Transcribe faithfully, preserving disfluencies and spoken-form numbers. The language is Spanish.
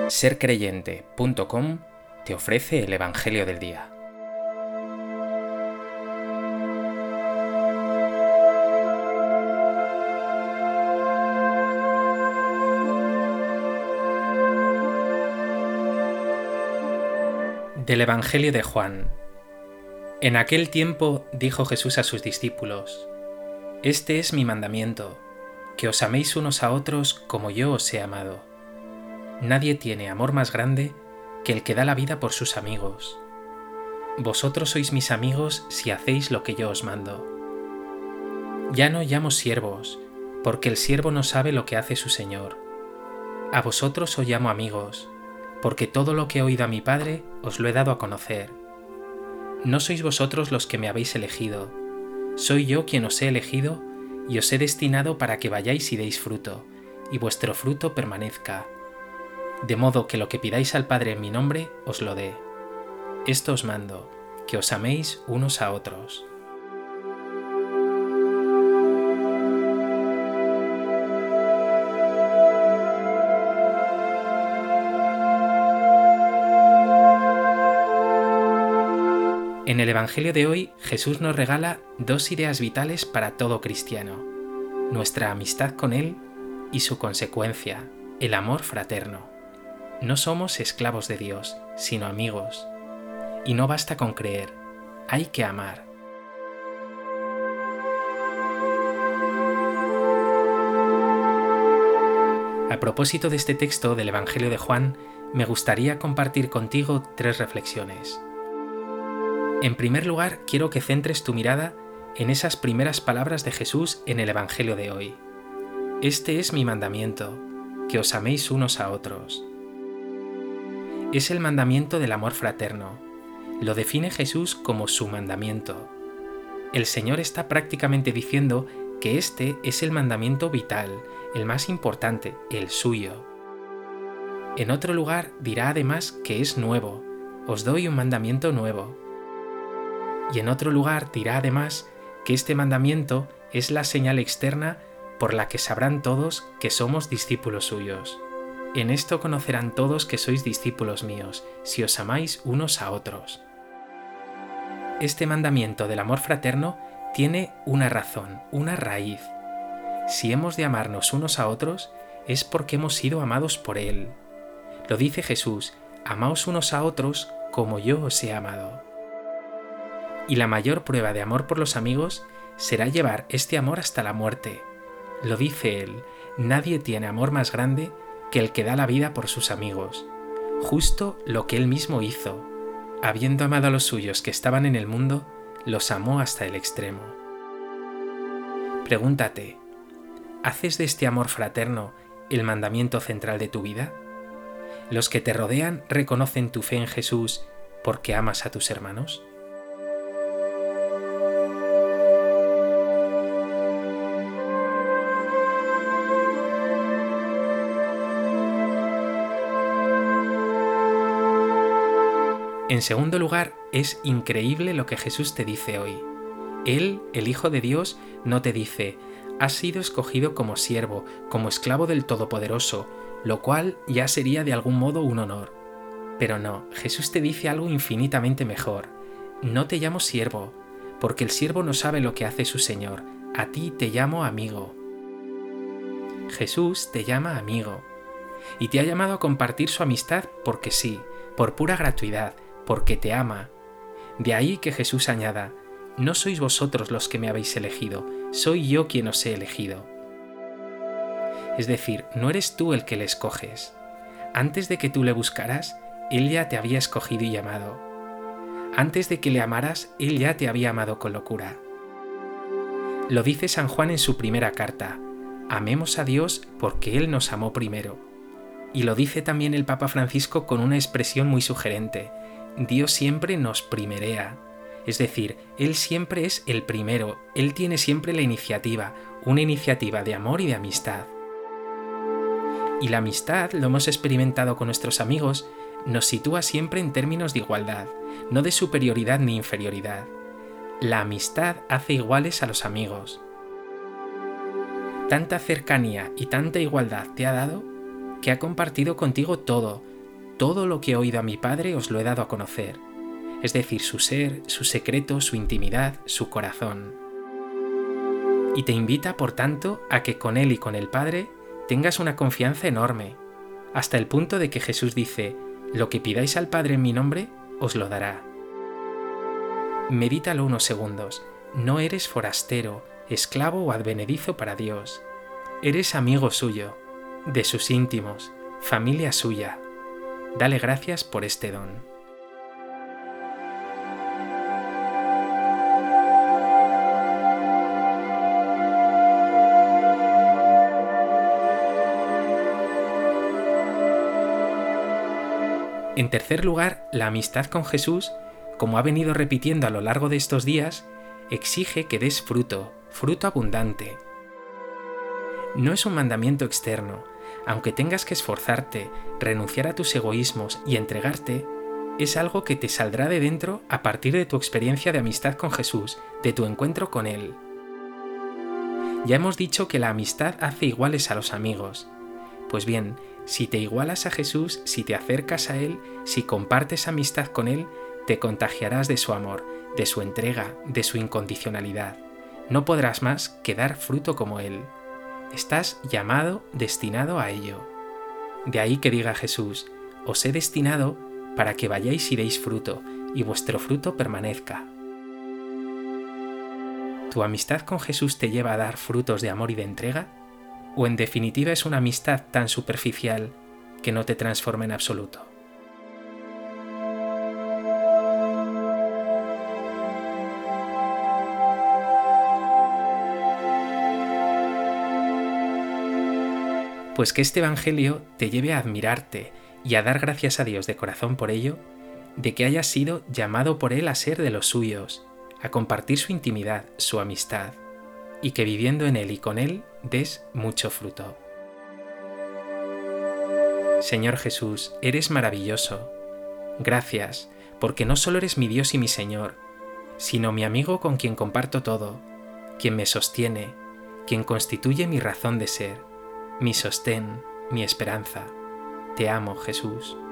ser creyente punto com te ofrece el Evangelio del Día. Del Evangelio de Juan. En aquel tiempo dijo Jesús a sus discípulos: Este es mi mandamiento, que os améis unos a otros como yo os he amado. Nadie tiene amor más grande que el que da la vida por sus amigos. Vosotros sois mis amigos si hacéis lo que yo os mando. Ya no llamo siervos, porque el siervo no sabe lo que hace su señor. A vosotros os llamo amigos, porque todo lo que he oído a mi Padre os lo he dado a conocer. No sois vosotros los que me habéis elegido, soy yo quien os he elegido y os he destinado para que vayáis y deis fruto, y vuestro fruto permanezca, de modo que lo que pidáis al Padre en mi nombre os lo dé. Esto os mando, que os améis unos a otros. En el Evangelio de hoy, Jesús nos regala dos ideas vitales para todo cristiano: nuestra amistad con Él y su consecuencia, el amor fraterno. No somos esclavos de Dios, sino amigos. Y no basta con creer, hay que amar. A propósito de este texto del Evangelio de Juan, me gustaría compartir contigo tres reflexiones. En primer lugar, quiero que centres tu mirada en esas primeras palabras de Jesús en el Evangelio de hoy. Este es mi mandamiento, que os améis unos a otros. Es el mandamiento del amor fraterno. Lo define Jesús como su mandamiento. El Señor está prácticamente diciendo que este es el mandamiento vital, el más importante, el suyo. En otro lugar dirá además que es nuevo, os doy un mandamiento nuevo. Y en otro lugar dirá además que este mandamiento es la señal externa por la que sabrán todos que somos discípulos suyos. En esto conocerán todos que sois discípulos míos, si os amáis unos a otros. Este mandamiento del amor fraterno tiene una razón, una raíz. Si hemos de amarnos unos a otros, es porque hemos sido amados por Él. Lo dice Jesús: amaos unos a otros como yo os he amado. Y la mayor prueba de amor por los amigos será llevar este amor hasta la muerte. Lo dice Él: nadie tiene amor más grande que el que da la vida por sus amigos. Justo lo que Él mismo hizo. Habiendo amado a los suyos que estaban en el mundo, los amó hasta el extremo. Pregúntate, ¿haces de este amor fraterno el mandamiento central de tu vida? ¿Los que te rodean reconocen tu fe en Jesús porque amas a tus hermanos? En segundo lugar, es increíble lo que Jesús te dice hoy. Él, el Hijo de Dios, no te dice: has sido escogido como siervo, como esclavo del Todopoderoso, lo cual ya sería de algún modo un honor. Pero no, Jesús te dice algo infinitamente mejor. No te llamo siervo, porque el siervo no sabe lo que hace su Señor. A ti te llamo amigo. Jesús te llama amigo. Y te ha llamado a compartir su amistad porque sí, por pura gratuidad, porque te ama. De ahí que Jesús añada: no sois vosotros los que me habéis elegido, soy yo quien os he elegido. Es decir, no eres tú el que le escoges. Antes de que tú le buscaras, Él ya te había escogido y llamado. Antes de que le amaras, Él ya te había amado con locura. Lo dice San Juan en su primera carta: amemos a Dios porque Él nos amó primero. Y lo dice también el Papa Francisco con una expresión muy sugerente: Dios siempre nos primerea, es decir, Él siempre es el primero, Él tiene siempre la iniciativa, una iniciativa de amor y de amistad. Y la amistad, lo hemos experimentado con nuestros amigos, nos sitúa siempre en términos de igualdad, no de superioridad ni inferioridad. La amistad hace iguales a los amigos. Tanta cercanía y tanta igualdad te ha dado que ha compartido contigo todo, todo lo que he oído a mi Padre os lo he dado a conocer, es decir, su ser, su secreto, su intimidad, su corazón. Y te invita, por tanto, a que con Él y con el Padre tengas una confianza enorme, hasta el punto de que Jesús dice: lo que pidáis al Padre en mi nombre, os lo dará. Medítalo unos segundos. No eres forastero, esclavo o advenedizo para Dios. Eres amigo suyo, de sus íntimos, familia suya. Dale gracias por este don. En tercer lugar, la amistad con Jesús, como ha venido repitiendo a lo largo de estos días, exige que des fruto, fruto abundante. No es un mandamiento externo. Aunque tengas que esforzarte, renunciar a tus egoísmos y entregarte, es algo que te saldrá de dentro a partir de tu experiencia de amistad con Jesús, de tu encuentro con Él. Ya hemos dicho que la amistad hace iguales a los amigos. Pues bien, si te igualas a Jesús, si te acercas a Él, si compartes amistad con Él, te contagiarás de su amor, de su entrega, de su incondicionalidad. No podrás más que dar fruto como Él. Estás llamado, destinado a ello. De ahí que diga Jesús: os he destinado para que vayáis y deis fruto, y vuestro fruto permanezca. ¿Tu amistad con Jesús te lleva a dar frutos de amor y de entrega? ¿O en definitiva es una amistad tan superficial que no te transforma en absoluto? Pues que este Evangelio te lleve a admirarte y a dar gracias a Dios de corazón por ello, de que hayas sido llamado por Él a ser de los suyos, a compartir su intimidad, su amistad, y que viviendo en Él y con Él des mucho fruto. Señor Jesús, eres maravilloso. Gracias, porque no solo eres mi Dios y mi Señor, sino mi amigo con quien comparto todo, quien me sostiene, quien constituye mi razón de ser, mi sostén, mi esperanza. Te amo, Jesús.